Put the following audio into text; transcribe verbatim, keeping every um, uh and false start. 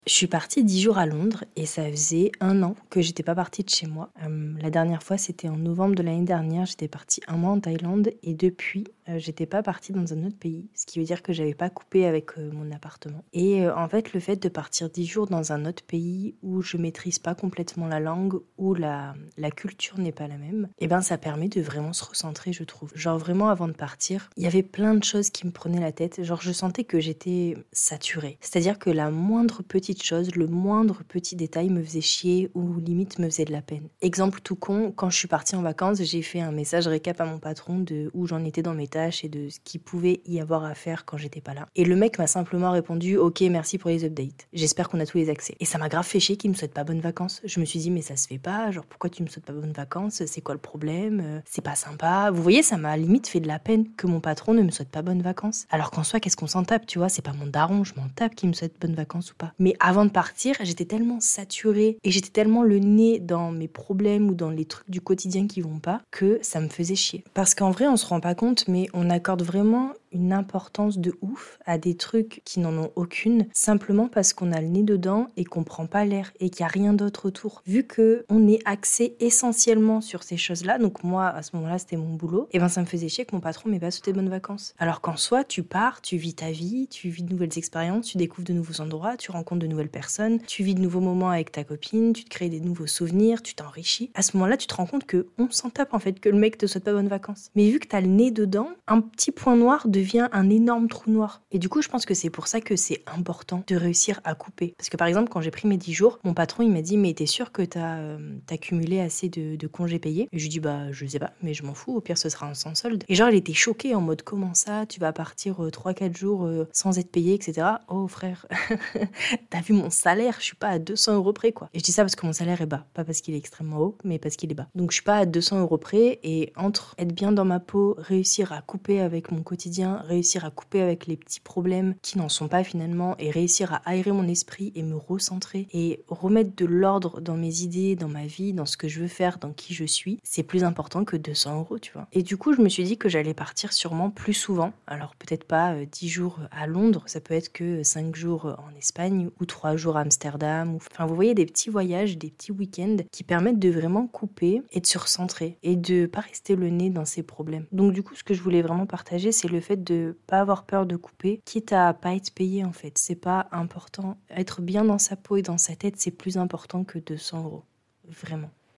Je suis partie dix jours à Londres et ça faisait un an que j'étais pas partie de chez moi. Euh, la dernière fois, c'était en novembre de l'année dernière. J'étais partie un mois en Thaïlande et depuis, euh, j'étais pas partie dans un autre pays. Ce qui veut dire que j'avais pas coupé avec euh, mon appartement. Et euh, en fait, le fait de partir dix jours dans un autre pays où je maîtrise pas complètement la langue, où la, la culture n'est pas la même, et ben ça permet de vraiment se recentrer, je trouve. Genre vraiment avant de partir, il y avait plein de choses qui me prenaient la tête. Genre je sentais que j'étais saturée. C'est-à-dire que la moindre petite chose, le moindre petit détail me faisait chier ou limite me faisait de la peine. Exemple tout con, quand je suis partie en vacances, j'ai fait un message récap à mon patron de où j'en étais dans mes tâches et de ce qu'il pouvait y avoir à faire quand j'étais pas là. Et le mec m'a simplement répondu « Ok, merci pour les updates. J'espère qu'on a tous les accès. » Et ça m'a grave fait chier qu'il me souhaite pas bonnes vacances. Je me suis dit « Mais ça se fait pas, genre pourquoi tu me souhaites pas bonnes vacances? C'est quoi le problème? C'est pas sympa. » Vous voyez, ça m'a limite fait de la peine que mon patron ne me souhaite pas bonnes vacances. Alors qu'en soi, qu'est-ce qu'on s'en tape, tu vois? C'est pas mon daron, je m'en tape qu'il me souhaite bonnes vacances ou pas. Mais avant de partir, j'étais tellement saturée et j'étais tellement le nez dans mes problèmes ou dans les trucs du quotidien qui vont pas que ça me faisait chier. Parce qu'en vrai, on se rend pas compte, mais on accorde vraiment une importance de ouf à des trucs qui n'en ont aucune, simplement parce qu'on a le nez dedans et qu'on prend pas l'air et qu'il y a rien d'autre autour. Vu que on est axé essentiellement sur ces choses-là, donc moi à ce moment-là c'était mon boulot, et ben ça me faisait chier que mon patron m'ait pas souhaité bonnes vacances. Alors qu'en soi, tu pars, tu vis ta vie, tu vis de nouvelles expériences, tu découvres de nouveaux endroits, tu rencontres de nouvelles personnes, tu vis de nouveaux moments avec ta copine, tu te crées des nouveaux souvenirs, tu t'enrichis. À ce moment-là, tu te rends compte que on s'en tape en fait, que le mec te souhaite pas bonnes vacances. Mais vu que t'as le nez dedans, un petit point noir devient un énorme trou noir. Et du coup, je pense que c'est pour ça que c'est important de réussir à couper. Parce que par exemple, quand j'ai pris mes dix jours, mon patron, il m'a dit « Mais t'es sûr que t'as, euh, t'as cumulé assez de, de congés payés ?» Et je lui dis « Bah, je sais pas, mais je m'en fous, au pire, ce sera un sans solde. » Et genre, il était choqué en mode « Comment ça? Tu vas partir euh, trois quatre jours euh, sans être payé, et cetera » Oh frère, t'as vu mon salaire? Je suis pas à deux cents euros près, quoi. Et je dis ça parce que mon salaire est bas. Pas parce qu'il est extrêmement haut, mais parce qu'il est bas. Donc je suis pas à deux cents euros près, et entre être bien dans ma peau, réussir à couper avec mon quotidien, réussir à couper avec les petits problèmes qui n'en sont pas finalement, et réussir à aérer mon esprit et me recentrer et remettre de l'ordre dans mes idées, dans ma vie, dans ce que je veux faire, dans qui je suis, c'est plus important que deux cents euros, tu vois. Et du coup, je me suis dit que j'allais partir sûrement plus souvent. Alors peut-être pas euh, dix jours à Londres, ça peut être que cinq jours en Espagne ou trois jours à Amsterdam. Ou... Enfin, vous voyez, des petits voyages, des petits week-ends qui permettent de vraiment couper et de se recentrer et de pas rester le nez dans ses problèmes. Donc du coup, ce que je voulais vraiment partager, c'est le fait de pas avoir peur de couper, quitte à pas être payé en fait. C'est pas important. Être bien dans sa peau et dans sa tête, c'est plus important que deux cents euros. Vraiment.